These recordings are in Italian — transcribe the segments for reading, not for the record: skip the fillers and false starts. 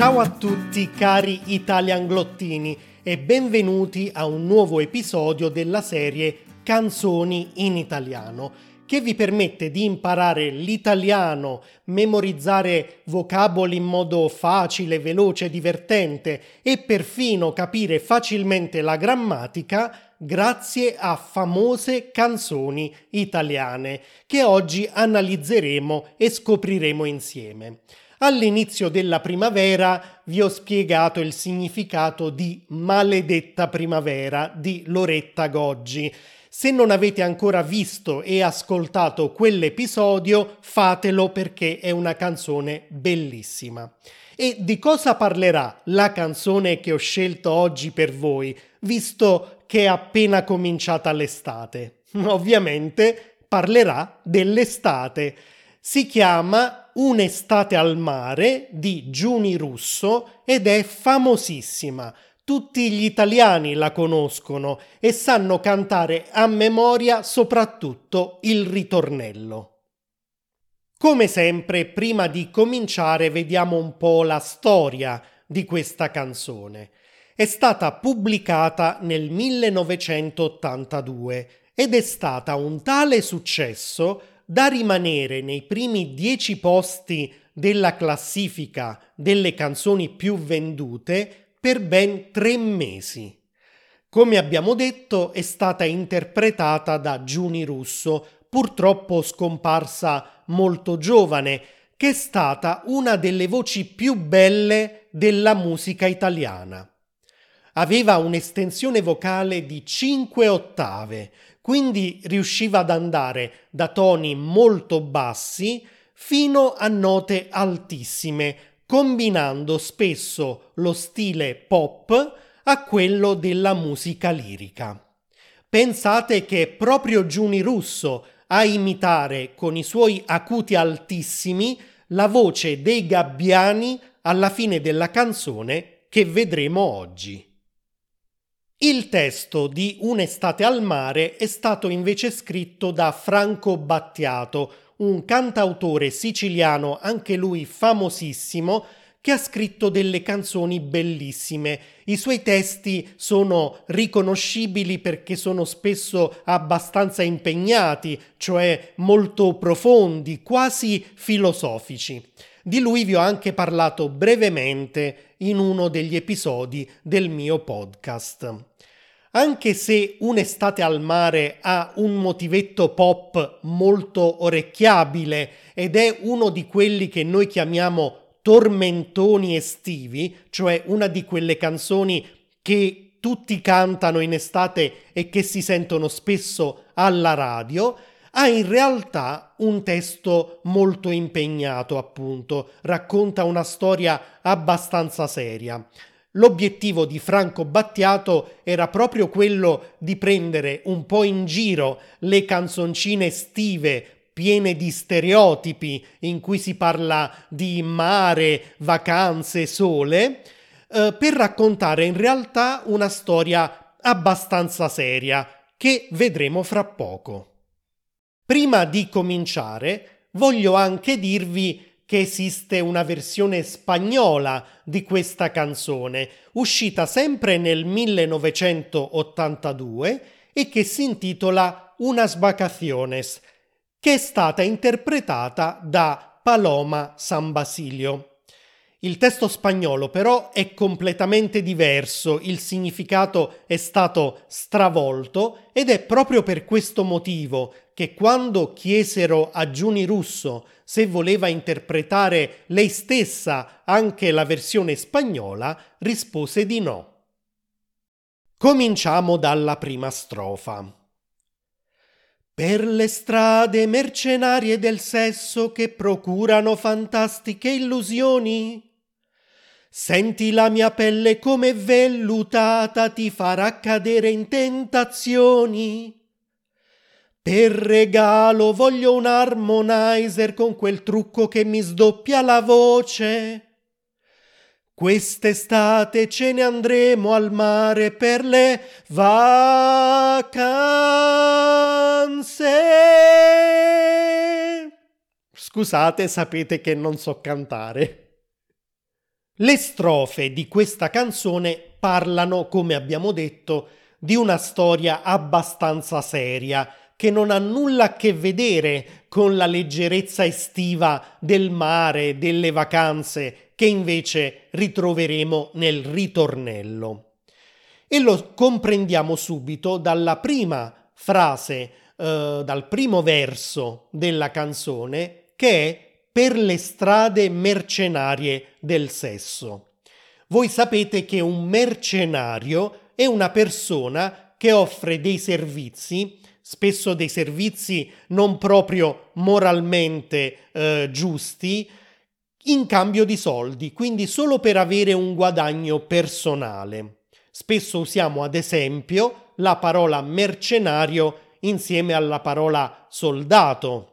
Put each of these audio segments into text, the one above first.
Ciao a tutti cari italianglottini e benvenuti a un nuovo episodio della serie Canzoni in italiano, che vi permette di imparare l'italiano, memorizzare vocaboli in modo facile, veloce, divertente e perfino capire facilmente la grammatica grazie a famose canzoni italiane che oggi analizzeremo e scopriremo insieme. All'inizio della primavera vi ho spiegato il significato di Maledetta primavera di Loretta Goggi. Se non avete ancora visto e ascoltato quell'episodio, fatelo perché è una canzone bellissima. E di cosa parlerà la canzone che ho scelto oggi per voi, visto che è appena cominciata l'estate? Ovviamente parlerà dell'estate. Si chiama Un'estate al mare di Giuni Russo ed è famosissima. Tutti gli italiani la conoscono e sanno cantare a memoria soprattutto il ritornello. Come sempre, prima di cominciare, vediamo un po' la storia di questa canzone. È stata pubblicata nel 1982 ed è stata un tale successo da rimanere nei primi 10 posti della classifica delle canzoni più vendute per ben 3 mesi. Come abbiamo detto, è stata interpretata da Giuni Russo, purtroppo scomparsa molto giovane, che è stata una delle voci più belle della musica italiana. Aveva un'estensione vocale di 5 ottave, quindi riusciva ad andare da toni molto bassi fino a note altissime, combinando spesso lo stile pop a quello della musica lirica. Pensate che è proprio Giuni Russo a imitare con i suoi acuti altissimi la voce dei gabbiani alla fine della canzone che vedremo oggi. Il testo di Un'estate al mare è stato invece scritto da Franco Battiato, un cantautore siciliano, anche lui famosissimo, che ha scritto delle canzoni bellissime. I suoi testi sono riconoscibili perché sono spesso abbastanza impegnati, cioè molto profondi, quasi filosofici. Di lui vi ho anche parlato brevemente in uno degli episodi del mio podcast. Anche se Un'estate al mare ha un motivetto pop molto orecchiabile ed è uno di quelli che noi chiamiamo tormentoni estivi, cioè una di quelle canzoni che tutti cantano in estate e che si sentono spesso alla radio, ha in realtà un testo molto impegnato, appunto, racconta una storia abbastanza seria. L'obiettivo di Franco Battiato era proprio quello di prendere un po' in giro le canzoncine estive piene di stereotipi in cui si parla di mare, vacanze, sole, per raccontare in realtà una storia abbastanza seria che vedremo fra poco. Prima di cominciare, voglio anche dirvi che esiste una versione spagnola di questa canzone, uscita sempre nel 1982 e che si intitola Unas vacaciones, che è stata interpretata da Paloma San Basilio. Il testo spagnolo però è completamente diverso, il significato è stato stravolto ed è proprio per questo motivo che quando chiesero a Giuni Russo se voleva interpretare lei stessa anche la versione spagnola, rispose di no. Cominciamo dalla prima strofa. Per le strade mercenarie del sesso che procurano fantastiche illusioni, senti la mia pelle come vellutata ti farà cadere in tentazioni. Per regalo voglio un harmonizer con quel trucco che mi sdoppia la voce. Quest'estate ce ne andremo al mare per le vacanze. Scusate, sapete che non so cantare. Le strofe di questa canzone parlano, come abbiamo detto, di una storia abbastanza seria, che non ha nulla a che vedere con la leggerezza estiva del mare, delle vacanze, che invece ritroveremo nel ritornello. E lo comprendiamo subito dalla prima frase, dal primo verso della canzone, che è per le strade mercenarie del sesso. Voi sapete che un mercenario è una persona che offre dei servizi, spesso dei servizi non proprio moralmente giusti, in cambio di soldi, quindi solo per avere un guadagno personale. Spesso usiamo ad esempio la parola mercenario insieme alla parola soldato.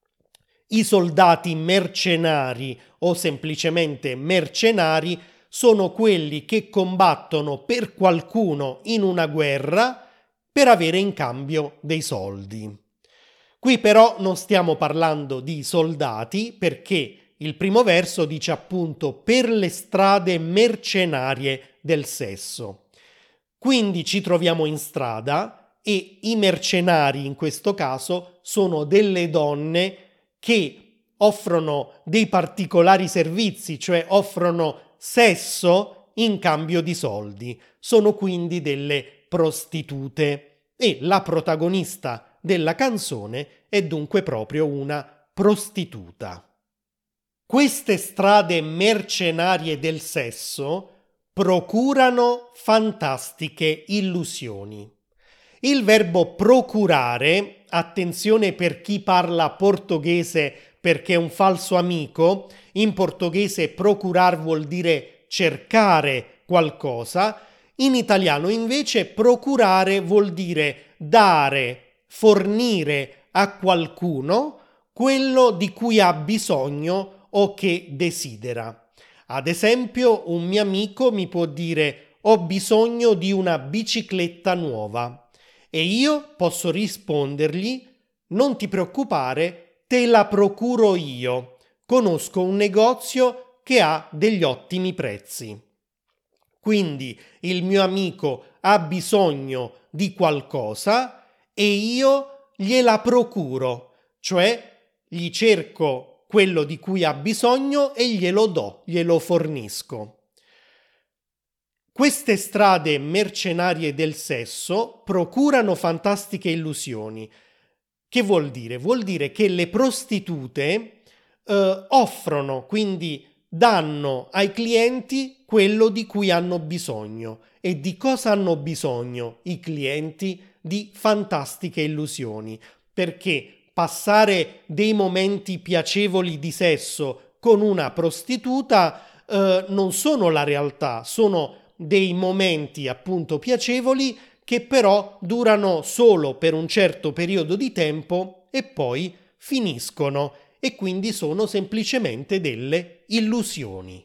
I soldati mercenari o semplicemente mercenari sono quelli che combattono per qualcuno in una guerra per avere in cambio dei soldi. Qui però non stiamo parlando di soldati perché il primo verso dice appunto per le strade mercenarie del sesso. Quindi ci troviamo in strada e i mercenari in questo caso sono delle donne che offrono dei particolari servizi, cioè offrono sesso in cambio di soldi. Sono quindi delle prostitute e la protagonista della canzone è dunque proprio una prostituta. Queste strade mercenarie del sesso procurano fantastiche illusioni. Il verbo procurare, attenzione per chi parla portoghese perché è un falso amico, in portoghese procurar vuol dire cercare qualcosa, in italiano invece procurare vuol dire dare, fornire a qualcuno quello di cui ha bisogno o che desidera. Ad esempio, un mio amico mi può dire ho bisogno di una bicicletta nuova. E io posso rispondergli non ti preoccupare, te la procuro io. Conosco un negozio che ha degli ottimi prezzi. Quindi il mio amico ha bisogno di qualcosa e io gliela procuro, cioè gli cerco quello di cui ha bisogno e glielo do, glielo fornisco. Queste strade mercenarie del sesso procurano fantastiche illusioni. Che vuol dire? Vuol dire che le prostitute offrono, quindi danno ai clienti quello di cui hanno bisogno. E di cosa hanno bisogno i clienti? Di fantastiche illusioni. Perché passare dei momenti piacevoli di sesso con una prostituta non sono la realtà, sono dei momenti appunto piacevoli che però durano solo per un certo periodo di tempo e poi finiscono e quindi sono semplicemente delle illusioni.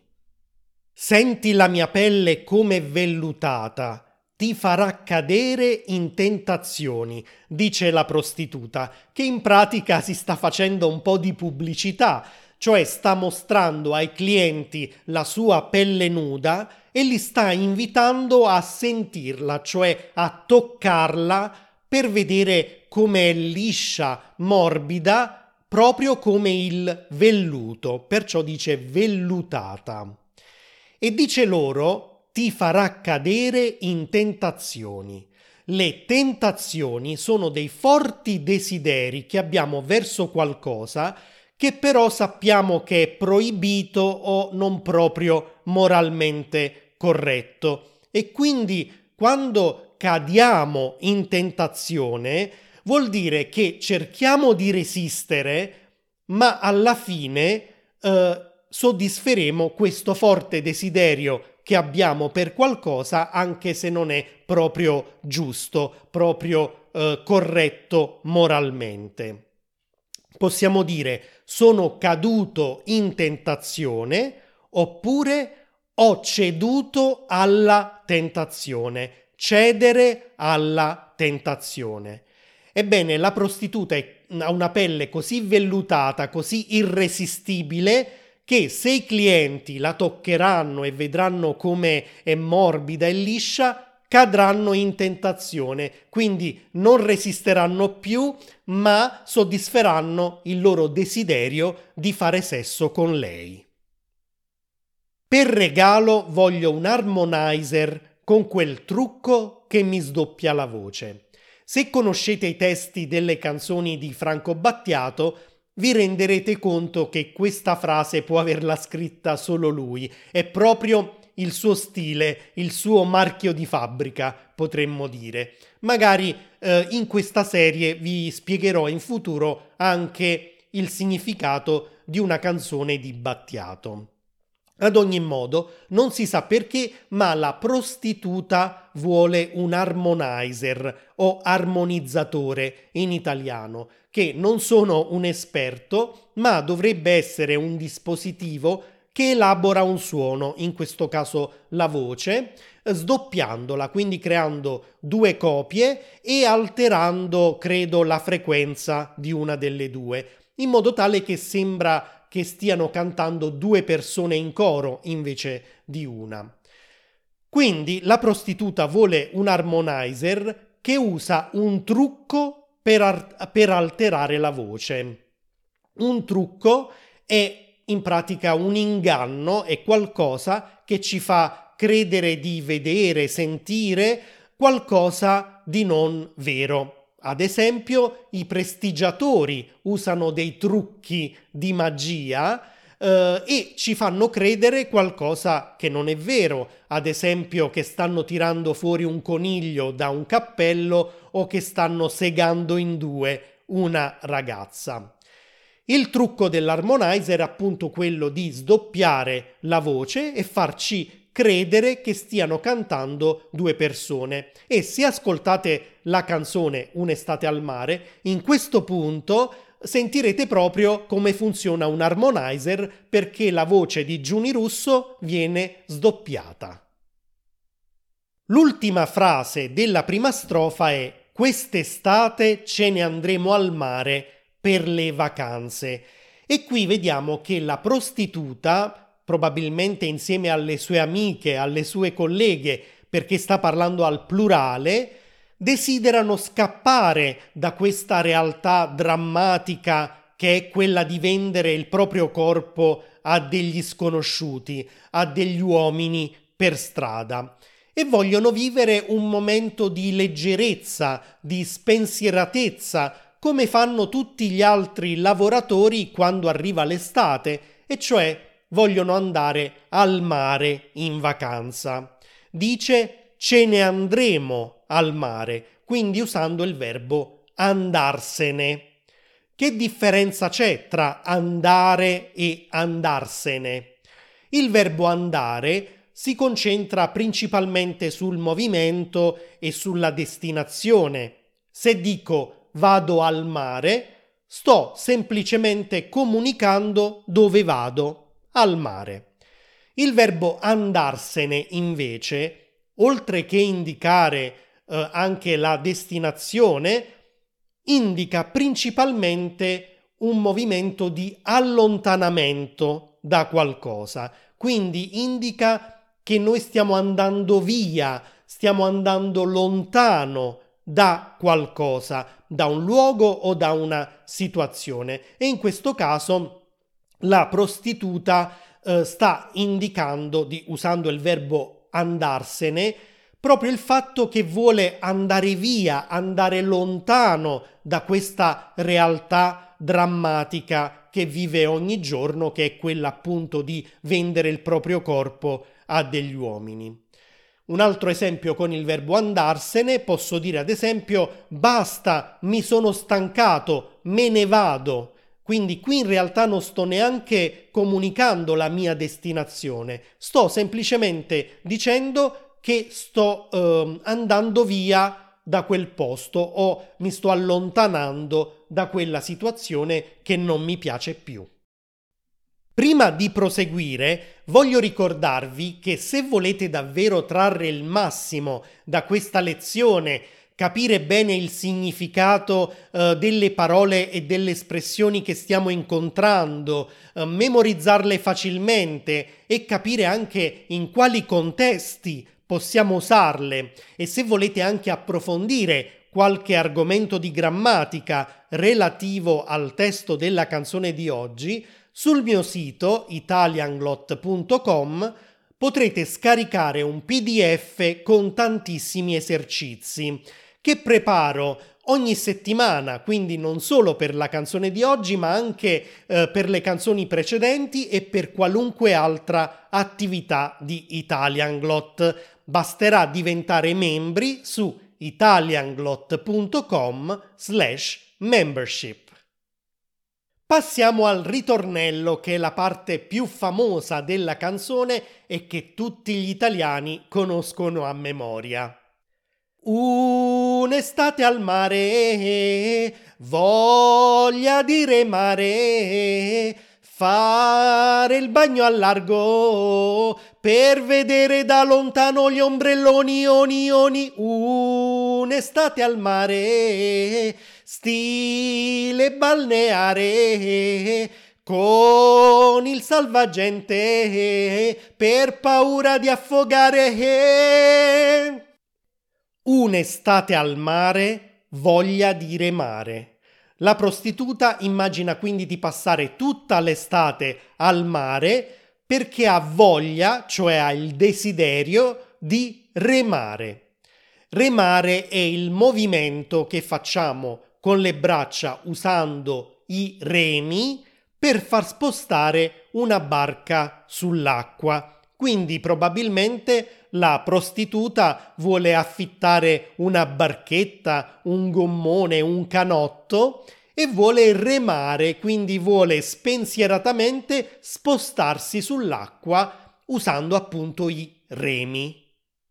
Senti la mia pelle come vellutata, ti farà cadere in tentazioni, dice la prostituta, che in pratica si sta facendo un po' di pubblicità, cioè sta mostrando ai clienti la sua pelle nuda e li sta invitando a sentirla, cioè a toccarla per vedere come è liscia, morbida, proprio come il velluto, perciò dice vellutata. E dice loro ti farà cadere in tentazioni. Le tentazioni sono dei forti desideri che abbiamo verso qualcosa che però sappiamo che è proibito o non proprio moralmente corretto. E quindi quando cadiamo in tentazione vuol dire che cerchiamo di resistere, ma alla fine soddisferemo questo forte desiderio che abbiamo per qualcosa anche se non è proprio giusto, proprio corretto moralmente. Possiamo dire sono caduto in tentazione oppure ho ceduto alla tentazione, cedere alla tentazione. Ebbene, la prostituta ha una pelle così vellutata, così irresistibile, che se i clienti la toccheranno e vedranno come è morbida e liscia, cadranno in tentazione, quindi non resisteranno più, ma soddisferanno il loro desiderio di fare sesso con lei. Per regalo voglio un harmonizer con quel trucco che mi sdoppia la voce. Se conoscete i testi delle canzoni di Franco Battiato, vi renderete conto che questa frase può averla scritta solo lui. È proprio il suo stile, il suo marchio di fabbrica, potremmo dire. Magari in questa serie vi spiegherò in futuro anche il significato di una canzone di Battiato. Ad ogni modo, non si sa perché, ma la prostituta vuole un harmonizer o armonizzatore in italiano, che non sono un esperto, ma dovrebbe essere un dispositivo che elabora un suono, in questo caso la voce, sdoppiandola, quindi creando due copie e alterando, credo, la frequenza di una delle due, in modo tale che sembra che stiano cantando due persone in coro invece di una. Quindi la prostituta vuole un harmonizer che usa un trucco per alterare la voce. Un trucco è in pratica un inganno, è qualcosa che ci fa credere di vedere, sentire qualcosa di non vero. Ad esempio, i prestigiatori usano dei trucchi di magia e ci fanno credere qualcosa che non è vero. Ad esempio, che stanno tirando fuori un coniglio da un cappello o che stanno segando in due una ragazza. Il trucco dell'harmonizer è appunto quello di sdoppiare la voce e farci credere che stiano cantando due persone. E se ascoltate la canzone Un'estate al mare, in questo punto sentirete proprio come funziona un harmonizer, perché la voce di Giuni Russo viene sdoppiata. L'ultima frase della prima strofa è: quest'estate ce ne andremo al mare per le vacanze. E qui vediamo che la prostituta, probabilmente insieme alle sue amiche, alle sue colleghe, perché sta parlando al plurale, desiderano scappare da questa realtà drammatica che è quella di vendere il proprio corpo a degli sconosciuti, a degli uomini per strada, e vogliono vivere un momento di leggerezza, di spensieratezza, come fanno tutti gli altri lavoratori quando arriva l'estate, e cioè vogliono andare al mare in vacanza. Dice ce ne andremo al mare, quindi usando il verbo andarsene. Che differenza c'è tra andare e andarsene? Il verbo andare si concentra principalmente sul movimento e sulla destinazione. Se dico vado al mare, sto semplicemente comunicando dove vado, al mare. Il verbo andarsene, invece, oltre che indicare anche la destinazione, indica principalmente un movimento di allontanamento da qualcosa. Quindi indica che noi stiamo andando via, stiamo andando lontano da qualcosa, da un luogo o da una situazione. E in questo caso la prostituta sta indicando, usando il verbo andarsene, proprio il fatto che vuole andare via, andare lontano da questa realtà drammatica che vive ogni giorno, che è quella appunto di vendere il proprio corpo a degli uomini. Un altro esempio con il verbo andarsene, posso dire ad esempio basta, mi sono stancato, me ne vado. Quindi qui in realtà non sto neanche comunicando la mia destinazione, sto semplicemente dicendo che sto andando via da quel posto o mi sto allontanando da quella situazione che non mi piace più. Prima di proseguire, voglio ricordarvi che se volete davvero trarre il massimo da questa lezione capire bene il significato delle parole e delle espressioni che stiamo incontrando, memorizzarle facilmente e capire anche in quali contesti possiamo usarle, e se volete anche approfondire qualche argomento di grammatica relativo al testo della canzone di oggi, sul mio sito italianglot.com potrete scaricare un PDF con tantissimi esercizi che preparo ogni settimana, quindi non solo per la canzone di oggi, ma anche per le canzoni precedenti e per qualunque altra attività di Italianglot. Basterà diventare membri su italianglot.com/membership. Passiamo al ritornello, che è la parte più famosa della canzone e che tutti gli italiani conoscono a memoria. Un'estate al mare, voglia di remare, fare il bagno al largo per vedere da lontano gli ombrelloni, oni. Un'estate al mare, stile balneare, con il salvagente per paura di affogare. Un'estate al mare, voglia di remare. La prostituta immagina quindi di passare tutta l'estate al mare perché ha voglia, cioè ha il desiderio di remare. Remare è il movimento che facciamo con le braccia usando i remi per far spostare una barca sull'acqua. Quindi probabilmente la prostituta vuole affittare una barchetta, un gommone, un canotto e vuole remare, quindi vuole spensieratamente spostarsi sull'acqua usando appunto i remi.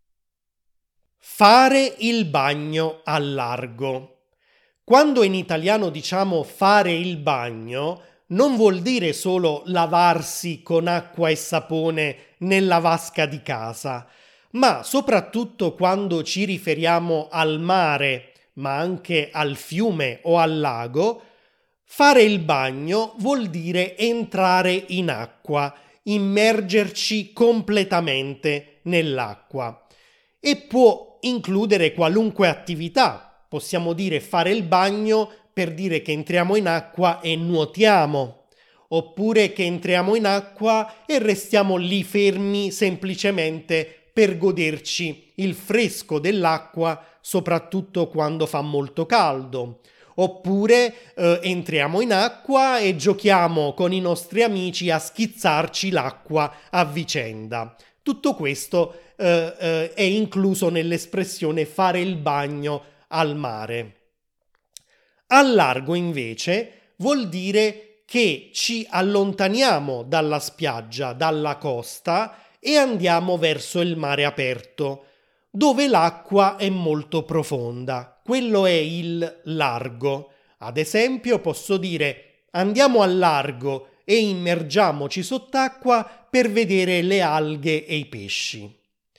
Fare il bagno al largo. Quando in italiano diciamo fare il bagno, non vuol dire solo lavarsi con acqua e sapone nella vasca di casa, ma soprattutto quando ci riferiamo al mare, ma anche al fiume o al lago, fare il bagno vuol dire entrare in acqua, immergerci completamente nell'acqua. E può includere qualunque attività. Possiamo dire fare il bagno per dire che entriamo in acqua e nuotiamo, oppure che entriamo in acqua e restiamo lì fermi semplicemente per goderci il fresco dell'acqua, soprattutto quando fa molto caldo. Oppure entriamo in acqua e giochiamo con i nostri amici a schizzarci l'acqua a vicenda. Tutto questo è incluso nell'espressione fare il bagno al mare. Al largo, invece, vuol dire che ci allontaniamo dalla spiaggia, dalla costa e andiamo verso il mare aperto, dove l'acqua è molto profonda. Quello è il largo. Ad esempio, posso dire andiamo al largo e immergiamoci sott'acqua per vedere le alghe e i pesci.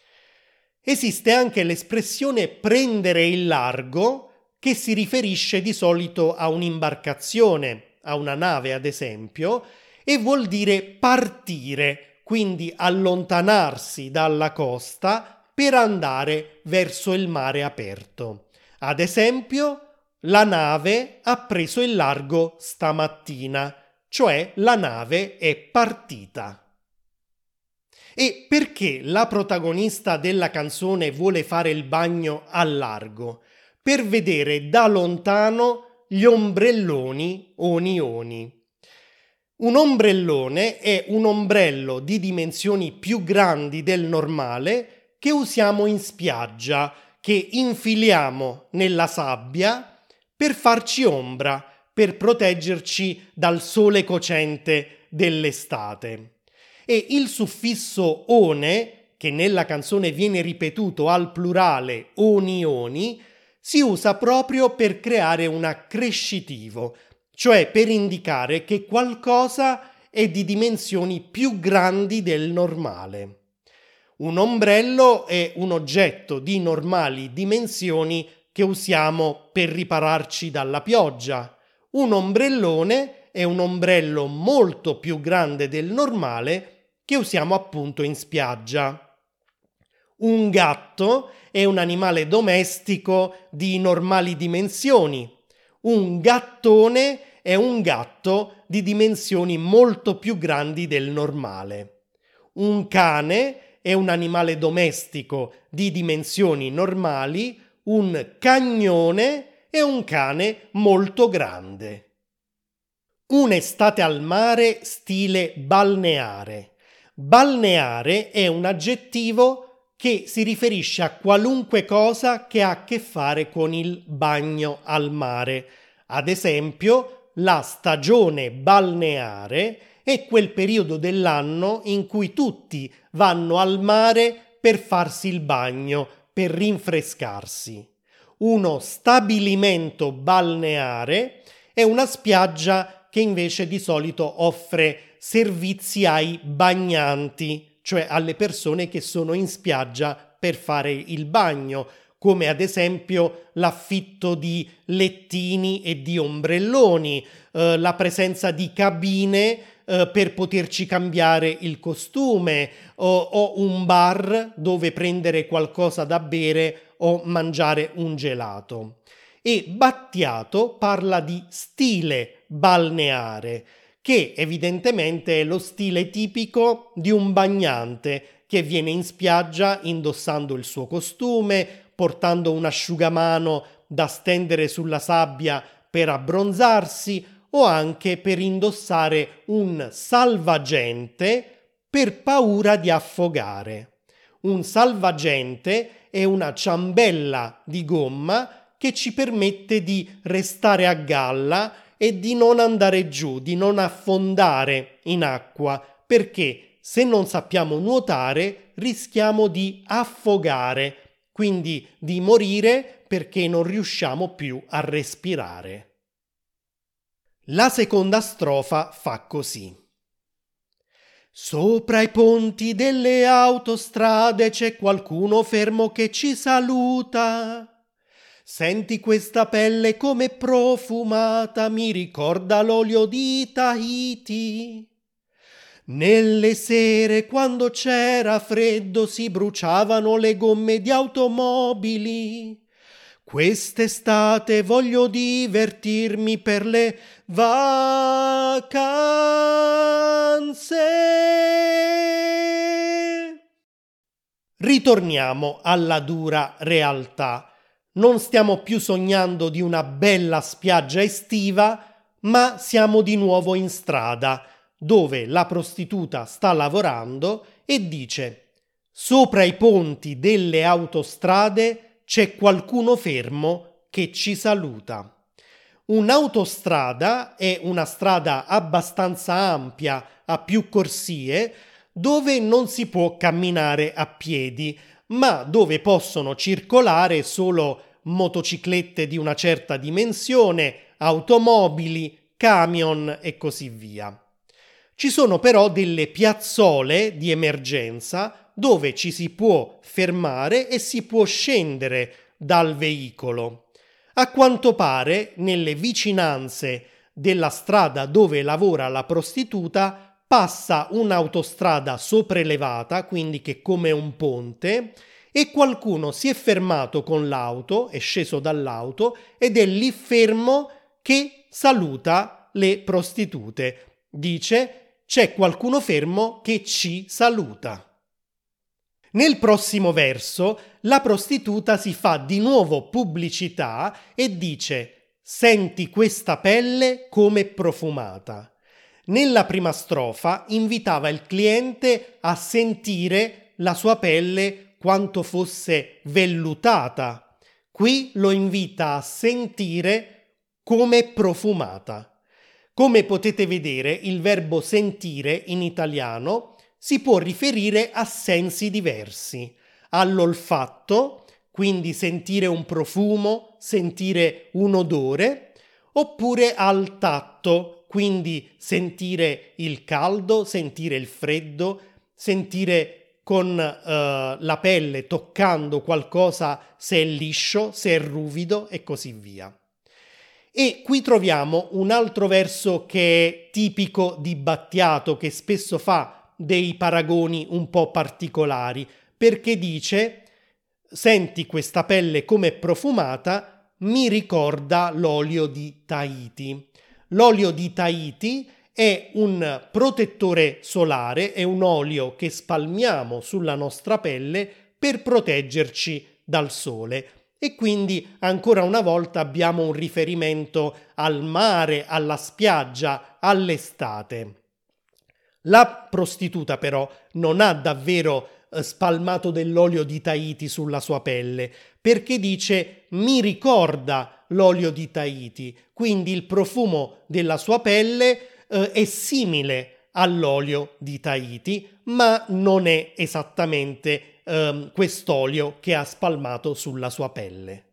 Esiste anche l'espressione prendere il largo, che si riferisce di solito a un'imbarcazione, a una nave ad esempio, e vuol dire partire, quindi allontanarsi dalla costa per andare verso il mare aperto. Ad esempio, la nave ha preso il largo stamattina, cioè la nave è partita. E perché la protagonista della canzone vuole fare il bagno al largo? Per vedere da lontano gli ombrelloni oni. Un ombrellone è un ombrello di dimensioni più grandi del normale che usiamo in spiaggia, che infiliamo nella sabbia per farci ombra, per proteggerci dal sole cocente dell'estate. E il suffisso one, che nella canzone viene ripetuto al plurale oni, si usa proprio per creare un accrescitivo, cioè per indicare che qualcosa è di dimensioni più grandi del normale. Un ombrello è un oggetto di normali dimensioni che usiamo per ripararci dalla pioggia. Un ombrellone è un ombrello molto più grande del normale che usiamo appunto in spiaggia. Un gatto è un animale domestico di normali dimensioni. Un gattone è un gatto di dimensioni molto più grandi del normale. Un cane è un animale domestico di dimensioni normali. Un cagnone è un cane molto grande. Un'estate al mare stile balneare. Balneare è un aggettivo che si riferisce a qualunque cosa che ha a che fare con il bagno al mare. Ad esempio, la stagione balneare è quel periodo dell'anno in cui tutti vanno al mare per farsi il bagno, per rinfrescarsi. Uno stabilimento balneare è una spiaggia che invece di solito offre servizi ai bagnanti, cioè alle persone che sono in spiaggia per fare il bagno, come ad esempio l'affitto di lettini e di ombrelloni, la presenza di cabine per poterci cambiare il costume, o un bar dove prendere qualcosa da bere o mangiare un gelato. E Battiato parla di stile balneare, che evidentemente è lo stile tipico di un bagnante che viene in spiaggia indossando il suo costume, portando un asciugamano da stendere sulla sabbia per abbronzarsi o anche per indossare un salvagente per paura di affogare. Un salvagente è una ciambella di gomma che ci permette di restare a galla e di non andare giù, di non affondare in acqua, perché se non sappiamo nuotare rischiamo di affogare, quindi di morire perché non riusciamo più a respirare. La seconda strofa fa così. Sopra i ponti delle autostrade c'è qualcuno fermo che ci saluta. Senti questa pelle come profumata, mi ricorda l'olio di Tahiti. Nelle sere quando c'era freddo si bruciavano le gomme di automobili. Quest'estate voglio divertirmi per le vacanze. Ritorniamo alla dura realtà. Non stiamo più sognando di una bella spiaggia estiva, ma siamo di nuovo in strada, dove la prostituta sta lavorando e dice: sopra i ponti delle autostrade c'è qualcuno fermo che ci saluta. Un'autostrada è una strada abbastanza ampia, a più corsie, dove non si può camminare a piedi, ma dove possono circolare solo motociclette di una certa dimensione, automobili, camion e così via. Ci sono però delle piazzole di emergenza dove ci si può fermare e si può scendere dal veicolo. A quanto pare, nelle vicinanze della strada dove lavora la prostituta, passa un'autostrada sopraelevata, quindi che è come un ponte, e qualcuno si è fermato con l'auto, è sceso dall'auto ed è lì fermo che saluta le prostitute. Dice: c'è qualcuno fermo che ci saluta. Nel prossimo verso la prostituta si fa di nuovo pubblicità e dice: senti questa pelle come profumata. Nella prima strofa invitava il cliente a sentire la sua pelle quanto fosse vellutata. Qui lo invita a sentire come profumata. Come potete vedere, il verbo sentire in italiano si può riferire a sensi diversi, all'olfatto, quindi sentire un profumo, sentire un odore, oppure al tatto, quindi sentire il caldo, sentire il freddo, sentire con la pelle, toccando qualcosa, se è liscio, se è ruvido e così via. E qui troviamo un altro verso che è tipico di Battiato, che spesso fa dei paragoni un po' particolari, perché dice: senti questa pelle come profumata, mi ricorda l'olio di Tahiti. L'olio di Tahiti è un protettore solare, è un olio che spalmiamo sulla nostra pelle per proteggerci dal sole. E quindi ancora una volta abbiamo un riferimento al mare, alla spiaggia, all'estate. La prostituta però non ha davvero spalmato dell'olio di Tahiti sulla sua pelle, perché dice: mi ricorda l'olio di Tahiti, quindi il profumo della sua pelle è simile all'olio di Tahiti, ma non è esattamente quest'olio che ha spalmato sulla sua pelle.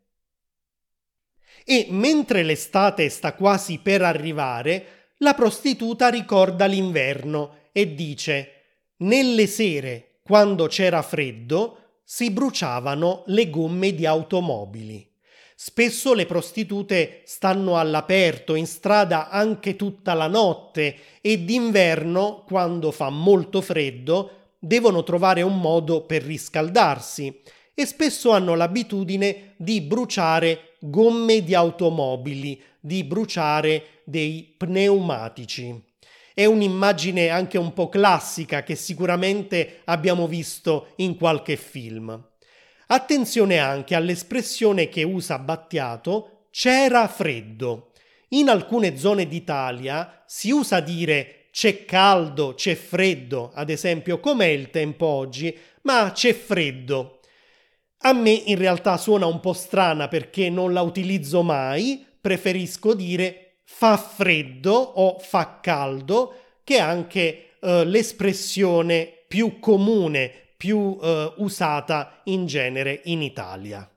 E mentre l'estate sta quasi per arrivare, la prostituta ricorda l'inverno e dice: nelle sere, quando c'era freddo, si bruciavano le gomme di automobili. Spesso le prostitute stanno all'aperto in strada anche tutta la notte e d'inverno, quando fa molto freddo, devono trovare un modo per riscaldarsi e spesso hanno l'abitudine di bruciare gomme di automobili, di bruciare dei pneumatici. È un'immagine anche un po' classica che sicuramente abbiamo visto in qualche film. Attenzione anche all'espressione che usa Battiato: c'era freddo. In alcune zone d'Italia si usa dire c'è caldo, c'è freddo, ad esempio com'è il tempo oggi, ma c'è freddo. A me in realtà suona un po' strana perché non la utilizzo mai, preferisco dire fa freddo o fa caldo, che è anche l'espressione più comune, più usata in genere in Italia.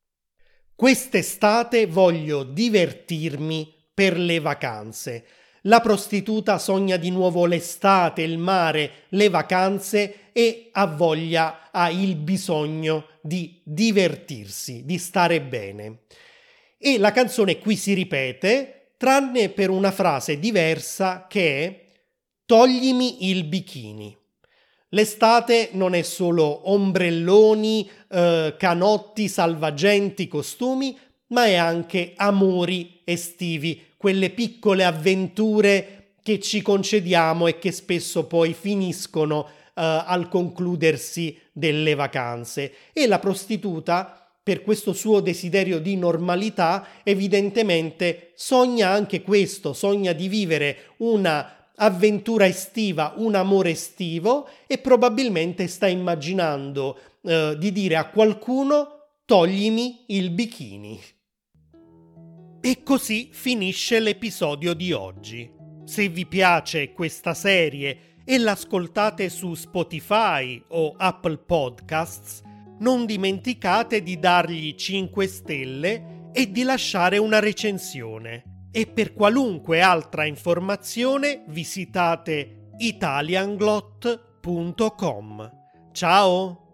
Quest'estate voglio divertirmi per le vacanze. La prostituta sogna di nuovo l'estate, il mare, le vacanze e ha il bisogno di divertirsi, di stare bene. E la canzone qui si ripete, tranne per una frase diversa che è: toglimi il bikini. L'estate non è solo ombrelloni, canotti, salvagenti, costumi, ma è anche amori estivi, quelle piccole avventure che ci concediamo e che spesso poi finiscono al concludersi delle vacanze. E la prostituta, per questo suo desiderio di normalità, evidentemente sogna anche questo, sogna di vivere una avventura estiva, un amore estivo, e probabilmente sta immaginando di dire a qualcuno: toglimi il bikini. E così finisce l'episodio di oggi. Se vi piace questa serie e l'ascoltate su Spotify o Apple Podcasts, non dimenticate di dargli 5 stelle e di lasciare una recensione. E per qualunque altra informazione visitate italianglot.com. Ciao!